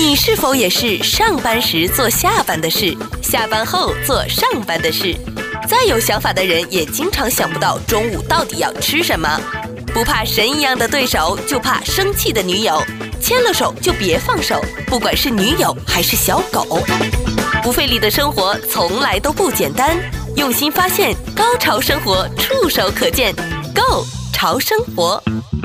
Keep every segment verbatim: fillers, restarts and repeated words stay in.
你是否也是上班时做下班的事，下班后做上班的事？再有想法的人也经常想不到中午到底要吃什么。不怕神一样的对手，就怕生气的女友。牵了手就别放手，不管是女友还是小狗。不费力的生活从来都不简单，用心发现，高潮生活触手可见 Go 潮生活。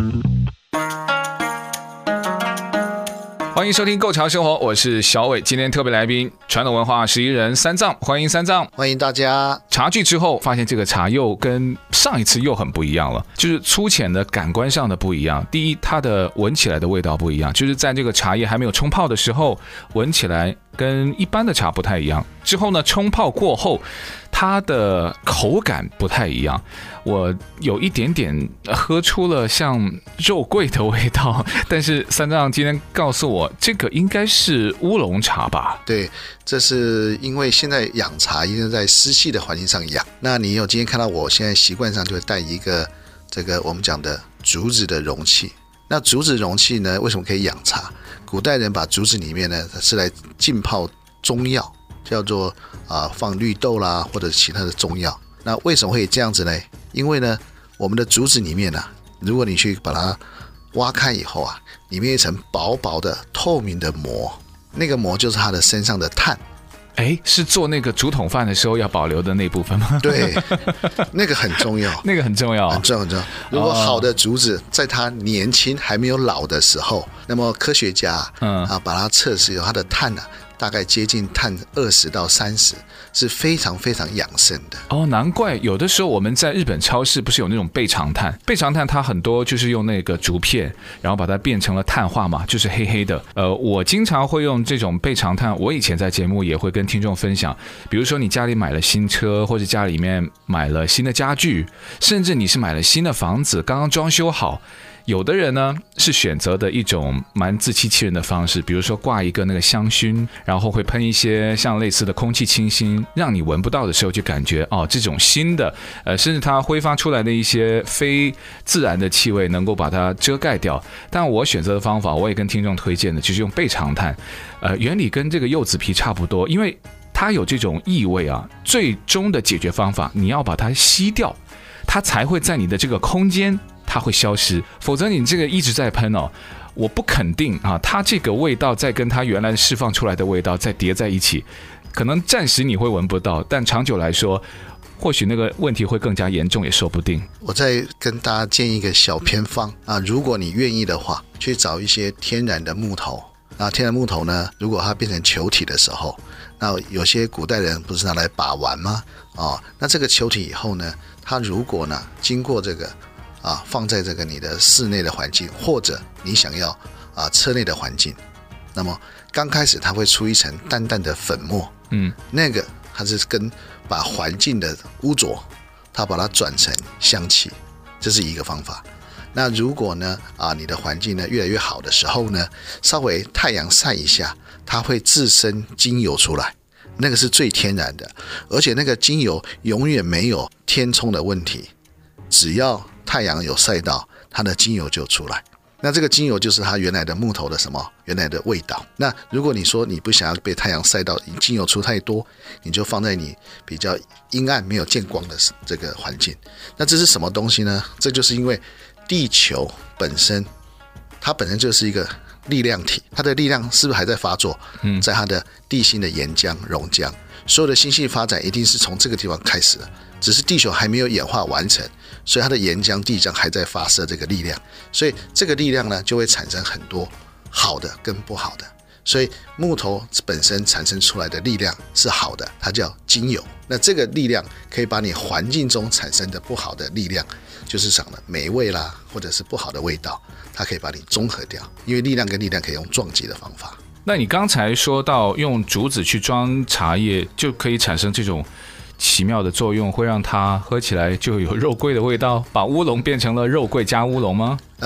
欢迎收听《购潮生活》，我是小伟。今天特别来宾，传统文化十一人三藏，欢迎三藏， 欢迎大家。 茶具之后，发现这个茶又跟上一次又很不一样了，就是粗浅的感官上的不一样。第一，它的闻起来的味道不一样，就是在这个茶叶还没有冲泡的时候，闻起来跟一般的茶不太一样。之后呢，冲泡过后，它的口感不太一样。我有一点点喝出了像肉桂的味道，但是三藏今天告诉我，这个应该是乌龙茶吧？ 对，这是因为现在养茶一定在湿气的环境上养。那你有今天看到我现在习惯上就会带一个这个我们讲的竹子的容器。那竹子容器呢，为什么可以养茶？古代人把竹子里面呢是来浸泡中药，叫做啊放绿豆啦或者其他的中药。那为什么会这样子呢？因为呢，我们的竹子里面呢、啊，如果你去把它挖开以后啊，里面有一层薄薄的透明的膜，那个膜就是它的身上的碳。 哎，是做那个竹筒饭的时候要保留的那部分吗？ 对，那个很重要， 那个很重要， 很重要，很重要。如果好的竹子在它年轻还没有老的时候，那么科学家嗯啊把它测试，有它的碳呢、啊。大概接近碳二十到三十，是非常非常养生的哦。难怪有的时候我们在日本超市不是有那种倍长炭？倍长炭它很多就是用那个竹片，然后把它变成了碳化嘛，就是黑黑的。呃，我经常会用这种倍长炭，我以前在节目也会跟听众分享。比如说你家里买了新车，或者家里面买了新的家具，甚至你是买了新的房子，刚刚装修好。有的人呢是选择的一种蛮自欺欺人的方式，比如说挂一个那个香薰，然后会喷一些像类似的空气清新，让你闻不到的时候就感觉哦，这种新的呃，甚至它挥发出来的一些非自然的气味能够把它遮盖掉。但我选择的方法，我也跟听众推荐的，就是用倍长炭，呃，原理跟这个柚子皮差不多，因为它有这种异味啊，最终的解决方法，你要把它吸掉，它才会在你的这个空间。它会消失，否则你这个一直在喷哦，我不肯定啊，它这个味道再跟它原来释放出来的味道再叠在一起，可能暂时你会闻不到，但长久来说，或许那个问题会更加严重也说不定。 我再跟大家建议一个小偏方啊，如果你愿意的话，去找一些天然的木头。那天然木头呢，如果它变成球体的时候，那有些古代人不是拿来把玩吗？哦，那这个球体以后呢，它如果呢经过这个啊，放在这个你的室内的环境，或者你想要啊车内的环境，那么刚开始它会出一层淡淡的粉末，嗯，那个它是跟把环境的污浊，它把它转成香气，这是一个方法。那如果呢啊你的环境呢越来越好的时候呢，稍微太阳晒一下，它会自生精油出来，那个是最天然的，而且那个精油永远没有填充的问题，只要太阳有晒到，它的精油就出来。那这个精油就是它原来的木头的什么原来的味道。那如果你说你不想要被太阳晒到，精油出太多，你就放在你比较阴暗没有见光的这个环境。那这是什么东西呢？这就是因为地球本身它本身就是一个力量体，它的力量是不是还在发作？嗯，在它的地心的岩浆熔浆，所有的星系发展一定是从这个地方开始的，只是地球还没有演化完成，所以它的岩浆地浆还在发射这个力量，所以这个力量呢就会产生很多好的跟不好的。所以木头本身产生出来的力量是好的，它叫精油。那这个力量可以把你环境中产生的不好的力量，就是什么霉味啦，或者是不好的味道，它可以把你中和掉。因为力量跟力量可以用撞击的方法。 那你刚才说到用竹子去装茶叶，就可以产生这种奇妙的作用，会让它喝起来就有肉桂的味道，把乌龙变成了肉桂加乌龙吗？ 呃，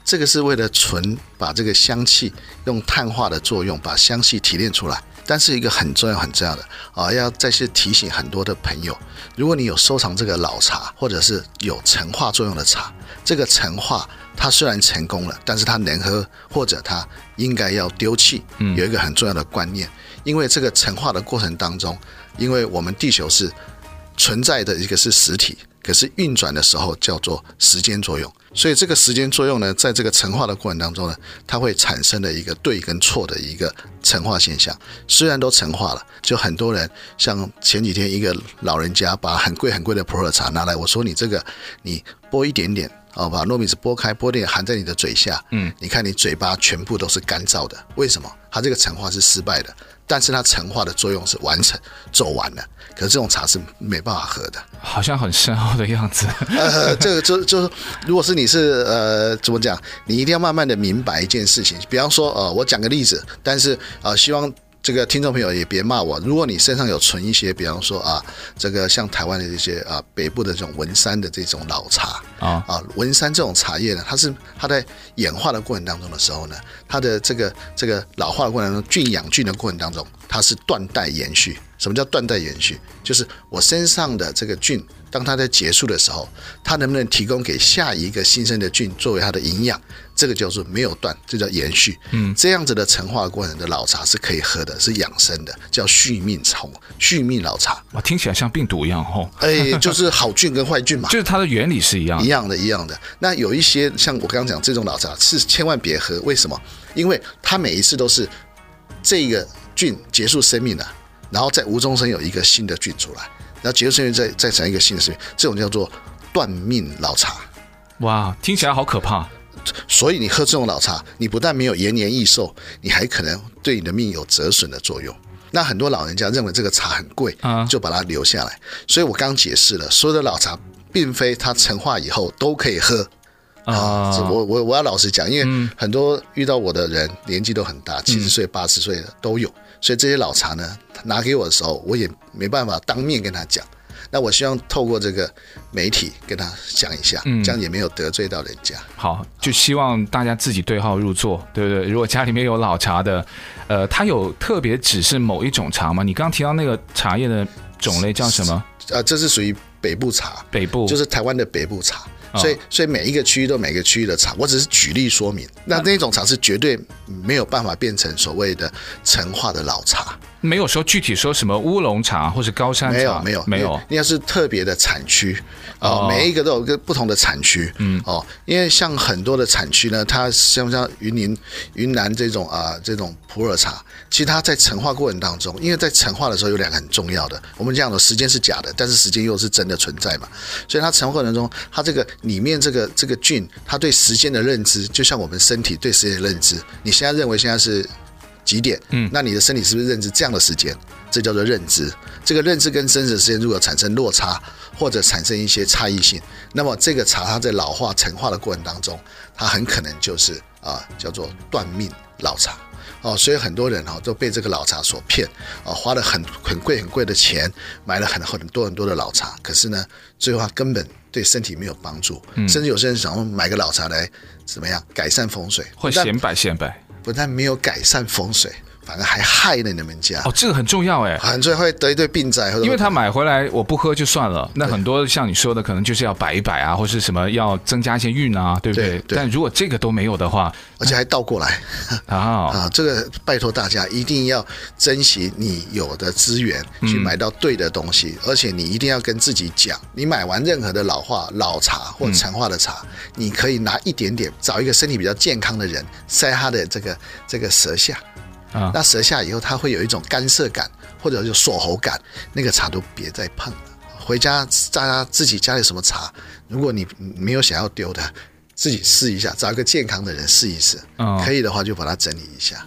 这个是为了纯把这个香气用碳化的作用把香气提炼出来。但是一个很重要很重要的啊，要再次提醒很多的朋友，如果你有收藏这个老茶，或者是有陈化作用的茶，这个陈化它虽然成功了，但是它能喝或者它应该要丢弃，有一个很重要的观念，因为这个陈化的过程当中，因为我们地球是存在的一个是实体，可是运转的时候叫做时间作用，所以这个时间作用呢，在这个陈化的过程当中呢，它会产生了一个对跟错的一个陈化现象。虽然都陈化了，就很多人像前几天一个老人家把很贵很贵的普洱茶拿来，我说你这个你剥一点点哦，把糯米纸剥开，剥点含在你的嘴下，嗯，你看你嘴巴全部都是干燥的，为什么？它这个陈化是失败的，但是它陈化的作用是完成走完了，可是这种茶是没办法喝的， 好像很深奥的样子。 呃，这个就就是，如果是你是呃怎么讲，你一定要慢慢的明白一件事情。比方说，呃，我讲个例子，但是呃，希望这个听众朋友也别骂我。如果你身上有存一些，比方说啊，这个像台湾的这些啊北部的这种文山的这种老茶啊啊，文山这种茶叶呢，它是它在演化的过程当中的时候呢，它的这个这个老化的过程当中，菌养菌的过程当中，它是断代延续。什么叫断代延续？就是我身上的这个菌，当它在结束的时候，它能不能提供给下一个新生的菌作为它的营养？这个叫做没有断，这叫延续。嗯，这样子的陈化过程的老茶是可以喝的，是养生的，叫续命茶、续命老茶。 哇，听起来像病毒一样哦。 哎，就是好菌跟坏菌嘛， 就是它的原理是一样的， 一样的，一样的。那有一些像我刚刚讲这种老茶是千万别喝，为什么？因为它每一次都是这个菌结束生命了。然后在无中生有一个新的菌出来，然后结束生命再再产一个新的生命，这种叫做断命老茶。 哇，听起来好可怕。 所以你喝这种老茶，你不但没有延年益寿，你还可能对你的命有折损的作用。那很多老人家认为这个茶很贵，就把它留下来。所以我刚解释了，所有的老茶并非它陈化以后都可以喝。啊，我我我要老实讲，因为很多遇到我的人年纪都很大，七十岁、八十岁的都有，所以这些老茶呢拿给我的时候，我也没办法当面跟他讲。那我希望透过这个媒体跟他讲一下，这样也没有得罪到人家。 好，就希望大家自己对号入座，对不对？如果家里面有老茶的，呃，它有特别只是某一种茶吗？你刚刚提到那个茶叶的种类叫什么？ 呃，这是属于北部茶， 北部就是台湾的北部茶。所以，所以每一个区域都有每个区域的茶，我只是举例说明。那那种茶是绝对没有办法变成所谓的陈化的老茶。 没有说具体说什么乌龙茶或是高山茶， 没有没有没有， 那是特别的产区哦，每一个都有一个不同的产区，嗯哦，因为像很多的产区呢，它像像云林、云南这种啊、呃、这种普洱茶，其实它在陈化过程当中，因为在陈化的时候有两个很重要的，我们讲的时间是假的，但是时间又是真的存在嘛，所以它陈化过程中，它这个里面这个这个菌，它对时间的认知，就像我们身体对时间的认知，你现在认为现在是几点？嗯，那你的身体是不是认知这样的时间？这叫做认知。这个认知跟真实的时间如果产生落差，或者产生一些差异性，那么这个茶它在老化、陈化的过程当中，它很可能就是啊、呃、叫做断命老茶。哦，所以很多人哈、哦、都被这个老茶所骗，啊、哦，花了很很贵很贵的钱买了很很多很多的老茶，可是呢，最后它根本对身体没有帮助，嗯、甚至有些人想要买个老茶来怎么样改善风水， 或显摆显摆， 不但没有改善风水，反而还害了你们家。 哦，这个很重要哎， 很重要，会得一堆病灾。 因为他买回来我不喝就算了，那很多像你说的，可能就是要摆一摆啊，或是什么要增加一些运啊，对不对？对对，但如果这个都没有的话， 而且还倒过来啊啊！这个拜托大家一定要珍惜你有的资源，去买到对的东西，嗯、而且你一定要跟自己讲，你买完任何的老化、老茶或陈化的茶，嗯、你可以拿一点点，找一个身体比较健康的人，塞他的这个这个舌下。啊、那舌下以后，它会有一种干涩感，或者就锁喉感，那个茶都别再碰了。回家大家自己家里什么茶，如果你没有想要丢的，自己试一下，找一个健康的人试一试，哦、可以的话就把它整理一下。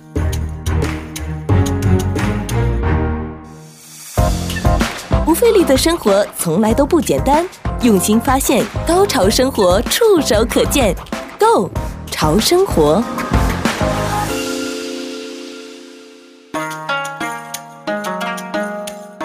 不费力的生活从来都不简单，用心发现，高潮生活触手可见 ，Go 潮生活。 我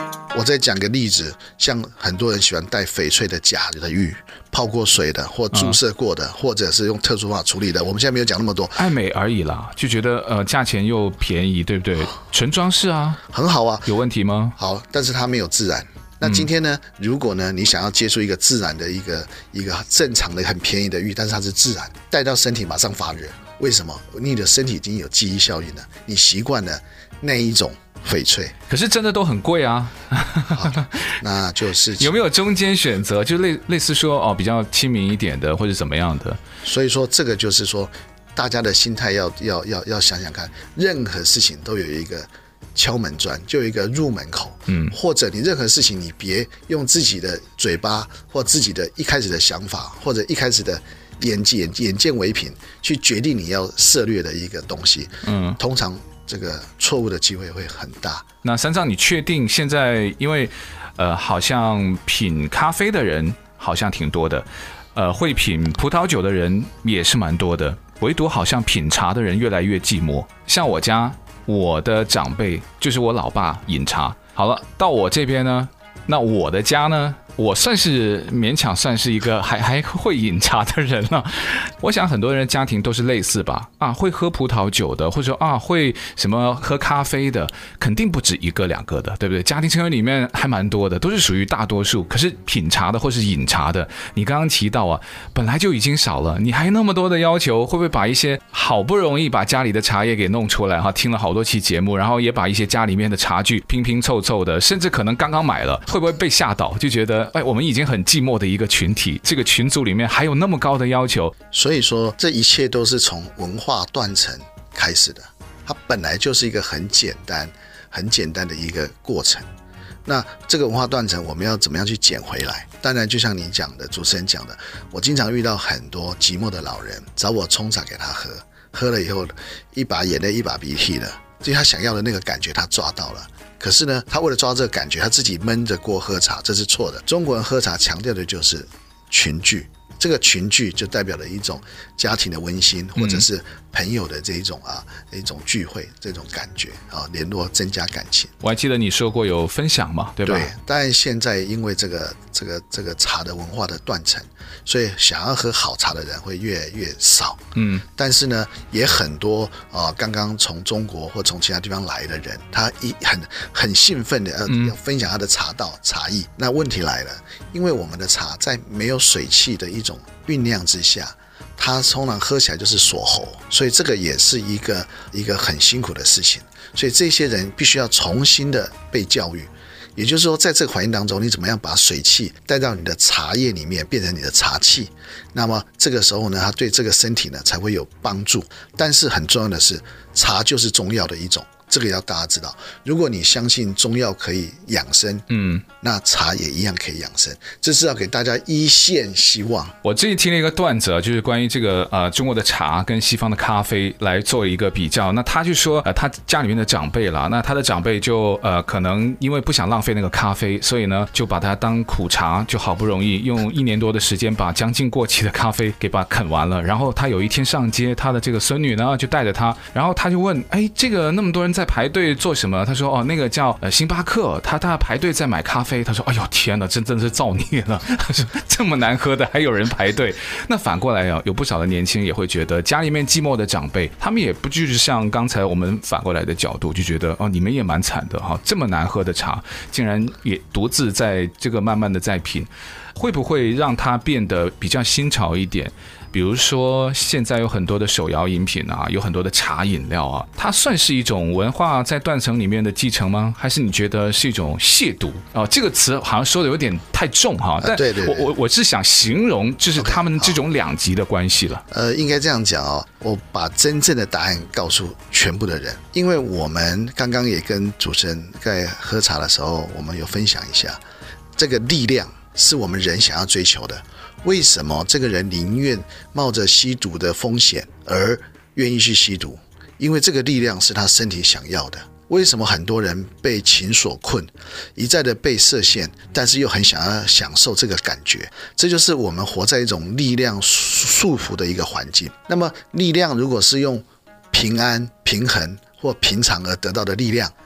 我再讲个例子，像很多人喜欢带翡翠的假的玉，泡过水的，或注射过的，嗯、或者是用特殊方法处理的。我们现在没有讲那么多， 爱美而已啦，就觉得呃价钱又便宜，对不对？纯装饰啊， 很好啊， 有问题吗？ 好，但是它没有自然。那今天呢？如果呢，你想要接触一个自然的一个一个正常的很便宜的玉，但是它是自然，带到身体马上发热，为什么？你的身体已经有记忆效应了，你习惯了那一种翡翠， 可是真的都很贵啊。 那就是有没有中间选择？就类类似说哦，比较亲民一点的，或者怎么样的？ 所以说，这个就是说，大家的心态要要要要想想看，任何事情都有一个敲门砖，就有一个入门口，嗯，或者你任何事情你别用自己的嘴巴或自己的一开始的想法，或者一开始的眼眼眼见为凭去决定你要涉猎的一个东西，嗯，通常这个错误的机会会很大。 那三藏，你确定现在因为呃，好像品咖啡的人好像挺多的，呃，会品葡萄酒的人也是蛮多的，唯独好像品茶的人越来越寂寞。像我家。我的长辈就是我老爸饮茶，好了，到我这边呢，那我的家呢，我算是勉强算是一个还还会饮茶的人了。我想很多人家庭都是类似吧，啊，会喝葡萄酒的，或者说啊会什么喝咖啡的，肯定不止一个两个的，对不对？家庭成员里面还蛮多的，都是属于大多数。可是品茶的或是饮茶的，你刚刚提到啊，本来就已经少了，你还那么多的要求，会不会把一些好不容易把家里的茶叶给弄出来哈？听了好多期节目，然后也把一些家里面的茶具拼拼凑凑的，甚至可能刚刚买了，会不会被吓倒？就觉得哎，我们已经很寂寞的一个群体，这个群组里面还有那么高的要求， 所以说这一切都是从文化断层开始的，它本来就是一个很简单、很简单的一个过程。那这个文化断层我们要怎么样去捡回来？当然就像你讲的，主持人讲的，我经常遇到很多寂寞的老人找我冲茶给他喝，喝了以后一把眼泪一把鼻涕的，就他想要的那个感觉他抓到了。可是呢，他为了抓这个感觉，他自己闷着锅喝茶，这是错的。中国人喝茶强调的就是群聚，这个群聚就代表了一种家庭的温馨，或者是朋友的这一种啊一种聚会这种感觉啊，联络增加感情。 我还记得你说过有分享嘛，对吧？ 对，但现在因为这个这个这个茶的文化的断层，所以想要喝好茶的人会越来越少。嗯，但是呢，也很多啊、呃，刚刚从中国或从其他地方来的人，他一很很兴奋的要、嗯、要分享他的茶道茶艺。那问题来了，因为我们的茶在没有水汽的一种酝酿之下，它通常喝起来就是锁喉，所以这个也是一个一个很辛苦的事情。所以这些人必须要重新的被教育。也就是说，在这个环境当中，你怎么样把水汽带到你的茶叶里面，变成你的茶气？那么这个时候呢，它对这个身体呢才会有帮助。但是很重要的是，茶就是中药的一种，这个要大家知道。如果你相信中药可以养生，嗯，那茶也一样可以养生。这是要给大家一线希望。 我最近听了一个段子，就是关于这个呃中国的茶跟西方的咖啡来做一个比较。那他就说，呃，他家里面的长辈啦，那他的长辈就呃可能因为不想浪费那个咖啡，所以呢就把它当苦茶，就好不容易用一年多的时间把将近过期的咖啡给把它啃完了。然后他有一天上街，他的这个孙女呢就带着他，然后他就问，哎，这个那么多人在排队做什么？他说，哦，那个叫呃星巴克，他他排队在买咖啡。他说，哎呦天哪，真真是造孽了。他说这么难喝的还有人排队。那反过来啊，有不少的年轻人也会觉得家里面寂寞的长辈，他们也不就是像刚才我们反过来的角度，就觉得哦，你们也蛮惨的哈，这么难喝的茶竟然也独自在这个慢慢的在品，会不会让它变得比较新潮一点？比如说现在有很多的手摇饮品啊，有很多的茶饮料啊，它算是一种文化在断层里面的继承吗？还是你觉得是一种亵渎啊？这个词好像说的有点太重哈，但我我我是想形容就是他们这种两极的关系了。 呃，应该这样讲哦，我把真正的答案告诉全部的人，因为我们刚刚也跟主持人在喝茶的时候，我们有分享一下，这个力量是我们人想要追求的。为什么这个人宁愿冒着吸毒的风险而愿意去吸毒？因为这个力量是他身体想要的。为什么很多人被情所困，一再的被设限，但是又很想要享受这个感觉？这就是我们活在一种力量束缚的一个环境。那么力量如果是用平安、平衡或平常而得到的力量，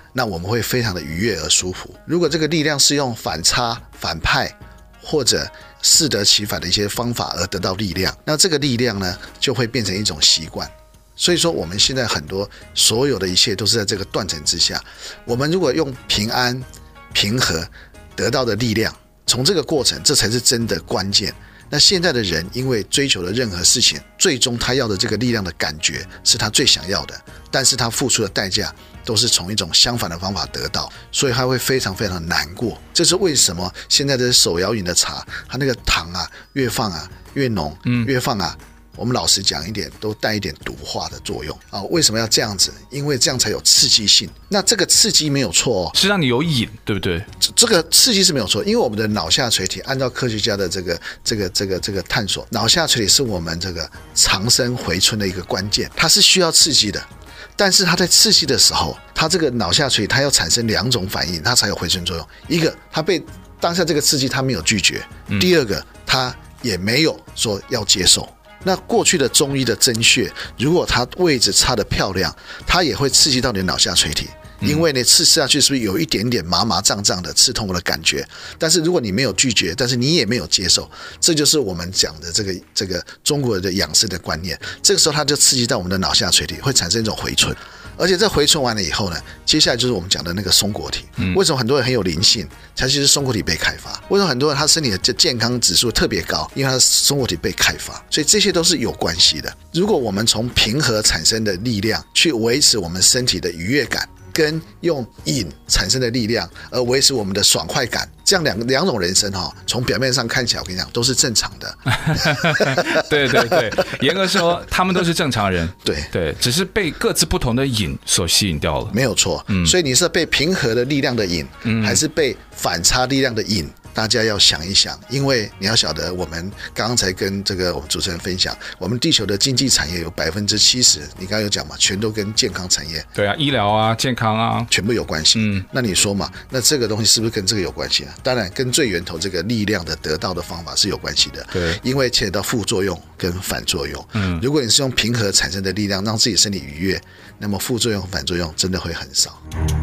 那我们会非常的愉悦而舒服。如果这个力量是用反差、反派或者适得其反的一些方法而得到力量，那这个力量呢就会变成一种习惯。所以说我们现在很多所有的一切都是在这个断层之下，我们如果用平安平和得到的力量，从这个过程，这才是真的关键。那现在的人因为追求的任何事情，最终他要的这个力量的感觉是他最想要的，但是他付出的代价都是从一种相反的方法得到，所以他会非常非常难过。这是为什么现在的手摇饮的茶，它那个糖啊越放啊越浓，越放啊我们老实讲一点，都带一点毒化的作用啊！为什么要这样子？因为这样才有刺激性。那这个刺激没有错哦， 是让你有瘾，对不对？ 这, 这个刺激是没有错，因为我们的脑下垂体，按照科学家的这个这个这个这个探索，脑下垂体是我们这个长生回春的一个关键，它是需要刺激的。但是它在刺激的时候，它这个脑下垂体它要产生两种反应，它才有回春作用。一个，它被当下这个刺激它没有拒绝；第二个，它也没有说要接受。那过去的中医的针穴，如果它位置插得漂亮，它也会刺激到你的脑下垂体，因为呢刺下去是不是有一点点麻麻胀胀的刺痛的感觉？但是如果你没有拒绝，但是你也没有接受，这就是我们讲的这个这个中国的养生的观念。这个时候它就刺激到我们的脑下垂体，会产生一种回春。而且这回春完了以后呢，接下来就是我们讲的那个松果体。为什么很多人很有灵性？它其实松果体被开发。为什么很多人他身体的健康指数特别高？因为他松果体被开发。所以这些都是有关系的。如果我们从平和产生的力量去维持我们身体的愉悦感，跟用瘾产生的力量而维持我们的爽快感，这样两两种人生哈、哦，从表面上看起来，我跟你讲都是正常的。 对对对，严格说，他们都是正常人。 对对，只是被各自不同的瘾所吸引掉了。 没有错，嗯、所以你是被平和的力量的瘾，嗯、还是被反差力量的瘾？大家要想一想，因为你要晓得，我们刚刚才跟这个我们主持人分享，我们地球的经济产业有百分之七十，你刚刚有讲嘛，全都跟健康产业， 对啊，医疗啊、健康啊， 全部有关系。嗯，那你说嘛，那这个东西是不是跟这个有关系呢？当然，跟最源头这个力量的得到的方法是有关系的。 对， 因为牵扯到副作用跟反作用。嗯，如果你是用平和产生的力量让自己身体愉悦，那么副作用、反作用真的会很少。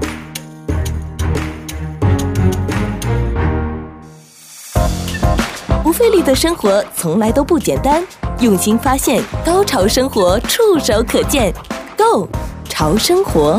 不费力的生活从来都不简单，用心发现，高潮生活触手可见 Go 潮生活。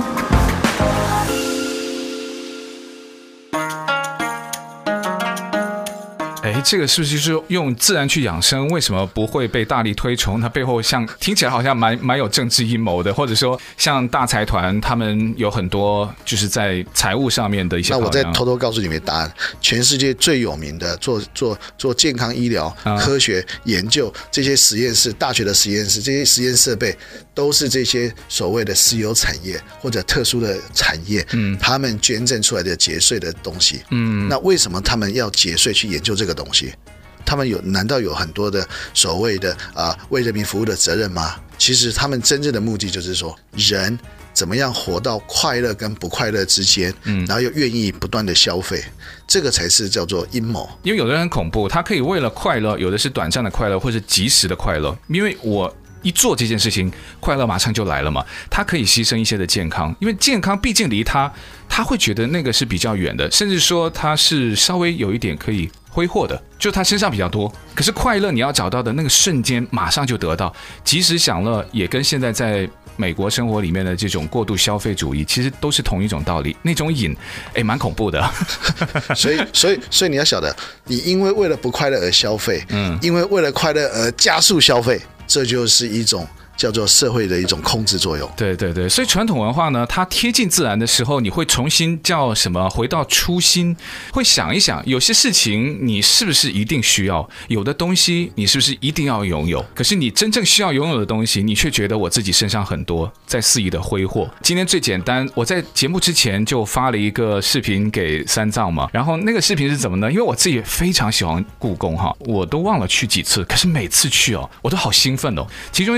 哎，这个是不是就是用自然去养生？为什么不会被大力推崇？它背后像听起来好像蛮蛮有政治阴谋的，或者说像大财团他们有很多就是在财务上面的一些考量。 那我再偷偷告诉你们答案：全世界最有名的做做做健康医疗、啊、科学研究这些实验室、大学的实验室，这些实验设备都是这些所谓的私有产业或者特殊的产业，嗯，他们捐赠出来的节税的东西，嗯，那为什么他们要节税去研究这个东西？他们有难道有很多的所谓的啊、呃、为人民服务的责任吗？其实他们真正的目的就是说，人怎么样活到快乐跟不快乐之间，嗯，然后又愿意不断的消费，这个才是叫做阴谋。 因为有的人很恐怖，他可以为了快乐，有的是短暂的快乐或是即时的快乐，因为我一做这件事情，快乐马上就来了嘛。他可以牺牲一些的健康，因为健康毕竟离他，他会觉得那个是比较远的，甚至说他是稍微有一点可以挥霍的，就他身上比较多。可是快乐你要找到的那个瞬间马上就得到，即时享乐也跟现在在美国生活里面的这种过度消费主义其实都是同一种道理，那种瘾哎蛮恐怖的。 所以所以所以你要晓得，你因为为了不快乐而消费，嗯，因为为了快乐而加速消费，这就是一种叫做社会的一种控制作用。 对对对，所以传统文化呢，它贴近自然的时候，你会重新叫什么？回到初心，会想一想，有些事情你是不是一定需要？有的东西你是不是一定要拥有？可是你真正需要拥有的东西，你却觉得我自己身上很多，在肆意的挥霍。今天最简单，我在节目之前就发了一个视频给三藏嘛，然后那个视频是怎么呢？因为我自己非常喜欢故宫哈，我都忘了去几次，可是每次去哦，我都好兴奋哦。其中一个最重要的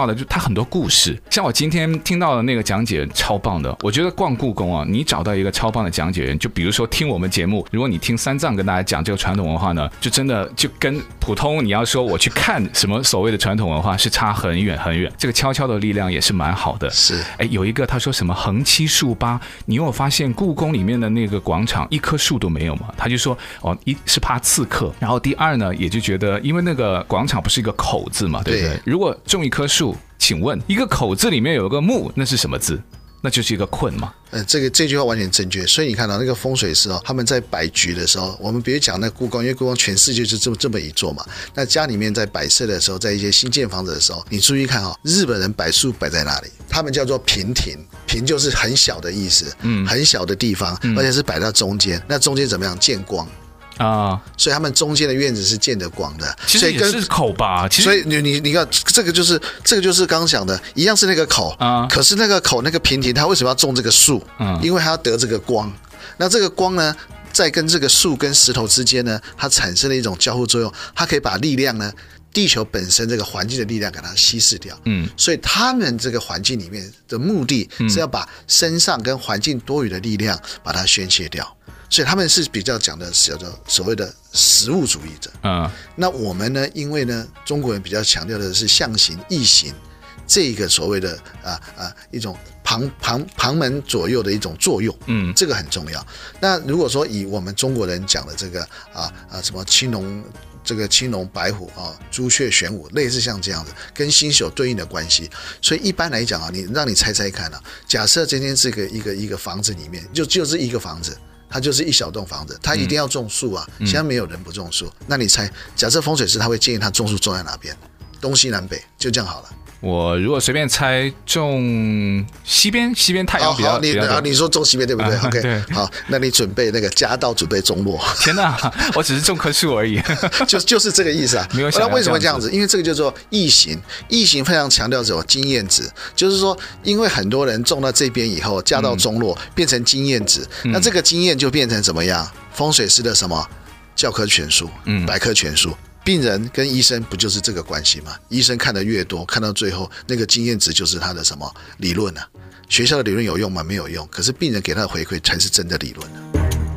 的，就它很多故事。像我今天听到的那个讲解人超棒的，我觉得逛故宫啊，你找到一个超棒的讲解人，就比如说听我们节目，如果你听三藏跟大家讲这个传统文化呢，就真的就跟普通你要说我去看什么所谓的传统文化是差很远很远。这个悄悄的力量也是蛮好的。 是， 哎，有一个他说什么横七竖八，你有发现故宫里面的那个广场一棵树都没有吗？他就说哦，一是怕刺客，然后第二呢，也就觉得因为那个广场不是一个口字嘛，对不对？对，如果种一棵树，请问一个口字里面有一个木，那是什么字？那就是一个困嘛。 呃，这个这句话完全正确。所以你看到那个风水师哦，他们在摆局的时候，我们别讲那故宫，因为故宫全世界就这么这么一座嘛。那家里面在摆设的时候，在一些新建房子的时候，你注意看哦，日本人摆树摆在哪里？他们叫做平亭，平就是很小的意思，嗯，很小的地方，而且是摆到中间。那中间怎么样？见光。啊，所以他们中间的院子是见得光的， 其实也是口吧。其实所以你你你看，这个就是这个就是刚刚讲的，一样是那个口啊。可是那个口那个平亭，它为什么要种这个树？嗯，因为它要得这个光。那这个光呢，在跟这个树跟石头之间呢，它产生了一种交互作用，它可以把力量呢，地球本身这个环境的力量给它稀释掉。嗯，所以他们这个环境里面的目的是要把身上跟环境多余的力量把它宣泄掉。所以他们是比较讲的所谓的实物主义者。嗯，那我们呢，因为呢，中国人比较强调的是象形、意形这个所谓的啊啊一种旁旁旁门左右的一种作用。嗯，这个很重要。那如果说以我们中国人讲的这个啊啊什么青龙。这个青龙白虎啊，朱雀玄武，类似像这样子，跟星宿对应的关系。所以一般来讲啊，你让你猜猜看啊，假设今天这个一个一个房子里面，就就是一个房子，它就是一小栋房子，它一定要种树啊。嗯、现在没有人不种树，那你猜，假设风水师他会建议他种树种在哪边？东西南北，就这样好了。 我如果随便猜，种西边，西边太阳比较、哦、 你比较你说种西边对不对、 啊、 ？OK， 对， 好，那你准备那个家道准备中落。 天哪，我只是种棵树而已， 就就是这个意思啊。 没有想到那为什么这样子？因为这个叫做异形，异形非常强调这种经验值，就是说，因为很多人种到这边以后，家道中落、嗯、变成经验值、嗯，那这个经验就变成怎么样？风水师的什么教科全书、嗯、百科全书。病人跟医生不就是这个关系吗？医生看得越多，看到最后那个经验值就是他的什么理论啊？学校的理论有用吗？没有用。可是病人给他的回馈才是真的理论啊。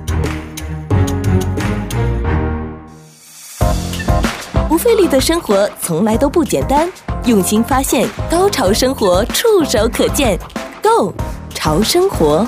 不费力的生活从来都不简单，用心发现，高潮生活触手可见 ，Go 潮生活。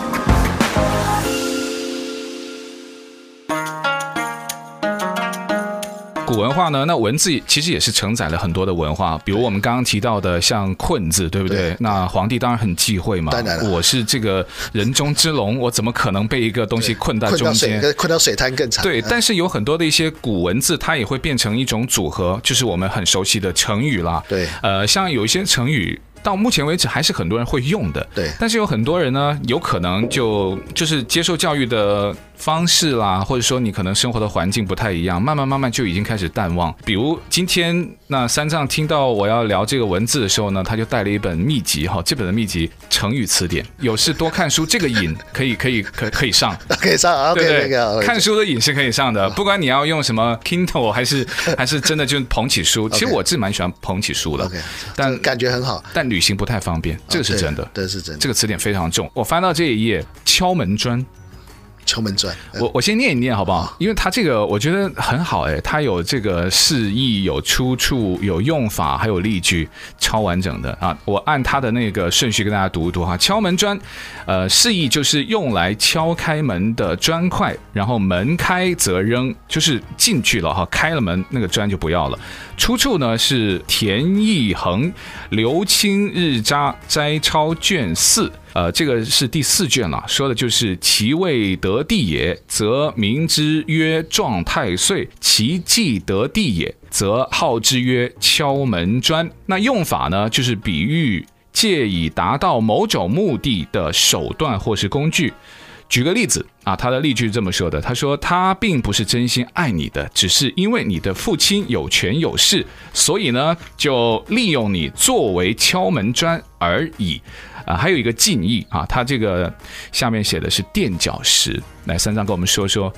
古文化呢，那文字其实也是承载了很多的文化，比如我们刚刚提到的像困字，对不 对, 对？那皇帝当然很忌讳嘛， 当然了， 我是这个人中之龙，我怎么可能被一个东西困在中间？ 困到水，困到水滩更惨。 对，但是有很多的一些古文字，它也会变成一种组合，就是我们很熟悉的成语啦。 对， 呃，像有一些成语。到目前为止还是很多人会用的， 对。 但是有很多人呢，有可能就就是接受教育的方式啦，或者说你可能生活的环境不太一样，慢慢慢慢就已经开始淡忘。比如今天那三藏听到我要聊这个文字的时候呢，他就带了一本秘籍哈，这本的秘籍成语词典，有事多看书，这个瘾可以可以可可以上， 可以上啊， 对对对， okay, 看书的瘾是可以上的，不管你要用什么 Kindle 还是还是真的就捧起书，其实我是蛮喜欢捧起书的， okay, 但感觉很好， 但旅行不太方便。这个是真的， 对，是真的。 这个词典非常重。我翻到这一页，敲门砖。 敲门砖， 我我先念一念好不好？因为它这个我觉得很好哎，它有这个释义、有出处、有用法，还有例句，超完整的啊！我按它的那个顺序跟大家读一读哈。敲门砖，呃，释义就是用来敲开门的砖块，然后门开则扔，就是进去了哈，开了门那个砖就不要了。出处呢是田义恒《刘清日札摘抄卷四》。呃，这个是第四卷了，说的就是其未得地也，则名之曰撞太岁；其既得地也，则号之曰敲门砖。那用法呢，就是比喻借以达到某种目的的手段或是工具。举个例子啊，他的例句这么说的，他说他并不是真心爱你的，只是因为你的父亲有权有势，所以呢就利用你作为敲门砖而已。啊，还有一个近义啊，他这个下面写的是垫脚石。来，三藏跟我们说说，敲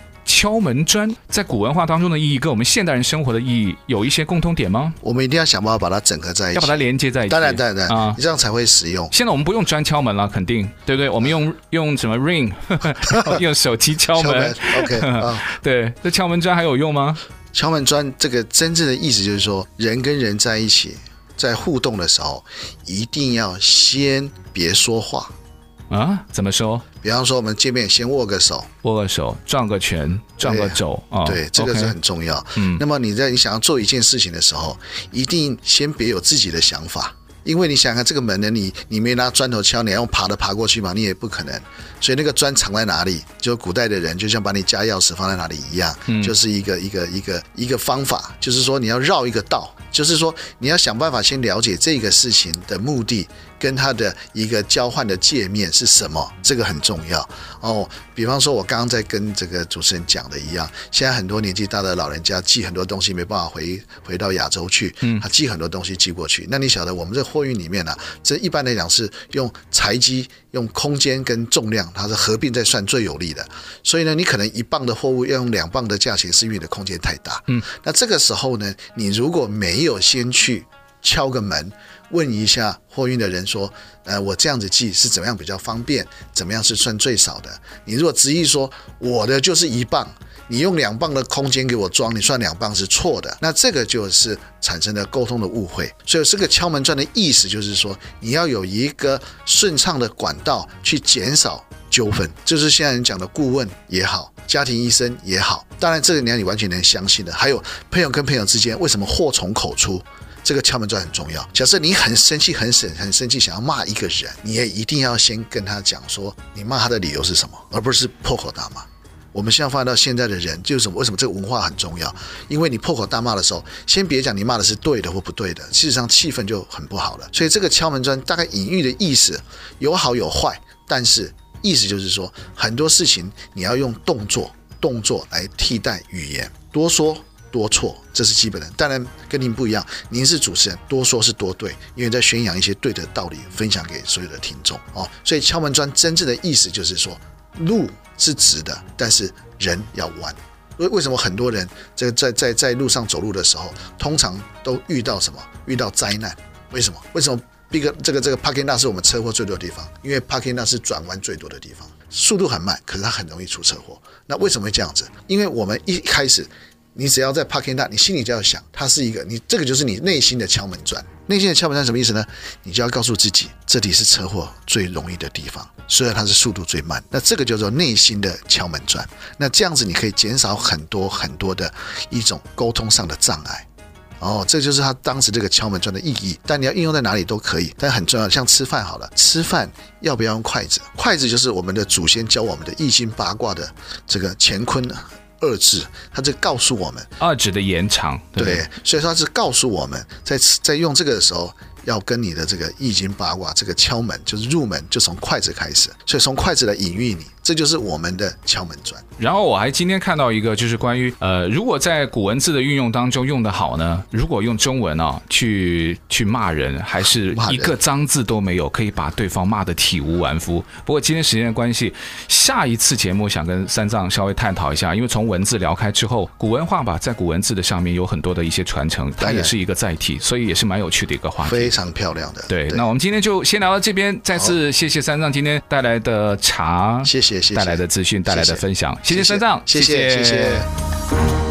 敲门砖在古文化当中的意义跟我们现代人生活的意义有一些共通点吗？ 我们一定要想办法把它整合在一起， 要把它连接在一起。 当然，当然，当然， 啊， 你这样才会实用。 现在我们不用砖敲门了，肯定，对不对？我们用用什么 ring， 用手机敲门。 敲门 OK 啊， 对，这敲门砖还有用吗？ 敲门砖这个真正的意思就是说，人跟人在一起，在互动的时候，一定要先别说话啊？怎么说？ 比方说，我们见面先握个手， 握个手，撞个拳，撞个肘啊， 对，哦、对，这个是很重要。嗯，那么你在你想要做一件事情的时候，一定先别有自己的想法。因为你想想看，这个门呢，你你没拿砖头敲，你要用爬的爬过去嘛，你也不可能。所以那个砖藏在哪里，就古代的人就像把你家钥匙放在哪里一样，嗯、就是一个一个一个一个方法，就是说你要绕一个道，就是说你要想办法先了解这个事情的目的跟它的一个交换的界面是什么，这个很重要哦。比方说，我刚刚在跟这个主持人讲的一样，现在很多年纪大的老人家寄很多东西没办法回回到亚洲去，他寄很多东西寄过去。那你晓得我们这货运里面啊，这一般来讲是用材积、用空间跟重量，它是合并在算最有利的。所以呢，你可能一磅的货物要用两磅的价钱，是因为你的空间太大。嗯，那这个时候呢，你如果没有先去敲个门，问一下货运的人说，呃，我这样子寄是怎么样比较方便，怎么样是算最少的。你如果执意说我的就是一磅，你用两磅的空间给我装，你算两磅是错的，那这个就是产生了沟通的误会。所以这个敲门砖的意思就是说，你要有一个顺畅的管道去减少纠纷，就是现在人讲的顾问也好，家庭医生也好，当然这个你要你完全能相信的。还有朋友跟朋友之间，为什么祸从口出？这个敲门砖很重要。假设你很生气、很生、很生气，想要骂一个人，你也一定要先跟他讲说，你骂他的理由是什么，而不是破口大骂。我们现在发现到现在的人，就是为什么这个文化很重要？因为你破口大骂的时候，先别讲你骂的是对的或不对的，事实上气氛就很不好了。所以这个敲门砖大概隐喻的意思有好有坏，但是意思就是说，很多事情你要用动作、动作来替代语言，多说多错，这是基本的。当然跟您不一样，您是主持人，多说是多对，因为在宣扬一些对的道理，分享给所有的听众哦。所以敲门砖真正的意思就是说，路是直的，但是人要弯。为什么很多人在在在在路上走路的时候，通常都遇到什么？遇到灾难？为什么？为什么 Big 这个这个 parking lot 是我们车祸最多的地方？因为 parking lot 是转弯最多的地方，速度很慢，可是它很容易出车祸。那为什么会这样子？因为我们一开始，你只要在 parking lot， 你心里就要想，它是一个你这个就是你内心的敲门砖。内心的敲门砖什么意思呢？你就要告诉自己，这里是车祸最容易的地方，虽然它是速度最慢。那这个叫做内心的敲门砖。那这样子你可以减少很多很多的一种沟通上的障碍。哦，这就是他当时这个敲门砖的意义。但你要应用在哪里都可以，但很重要，像吃饭好了，吃饭要不要用筷子？筷子就是我们的祖先教我们的易经八卦的这个乾坤二字，它这告诉我们二指的延长， 对, 对，所以说它是告诉我们在在用这个的时候，要跟你的这个易经八卦这个敲门，就是入门，就从筷子开始，所以从筷子来隐喻你，这就是我们的敲门砖。 然后我还今天看到一个，就是关于呃，如果在古文字的运用当中用得好呢，如果用中文啊去去骂人，还是一个脏字都没有，可以把对方骂得体无完肤。不过今天时间的关系，下一次节目想跟三藏稍微探讨一下，因为从文字聊开之后，古文化吧，在古文字的上面有很多的一些传承，它也是一个载体，所以也是蛮有趣的一个话题， 非常漂亮的。 对，对，那我们今天就先聊到这边，再次谢谢三藏今天带来的茶， 谢谢谢谢， 带来的资讯，带来的分享，谢谢三藏， 谢谢谢谢。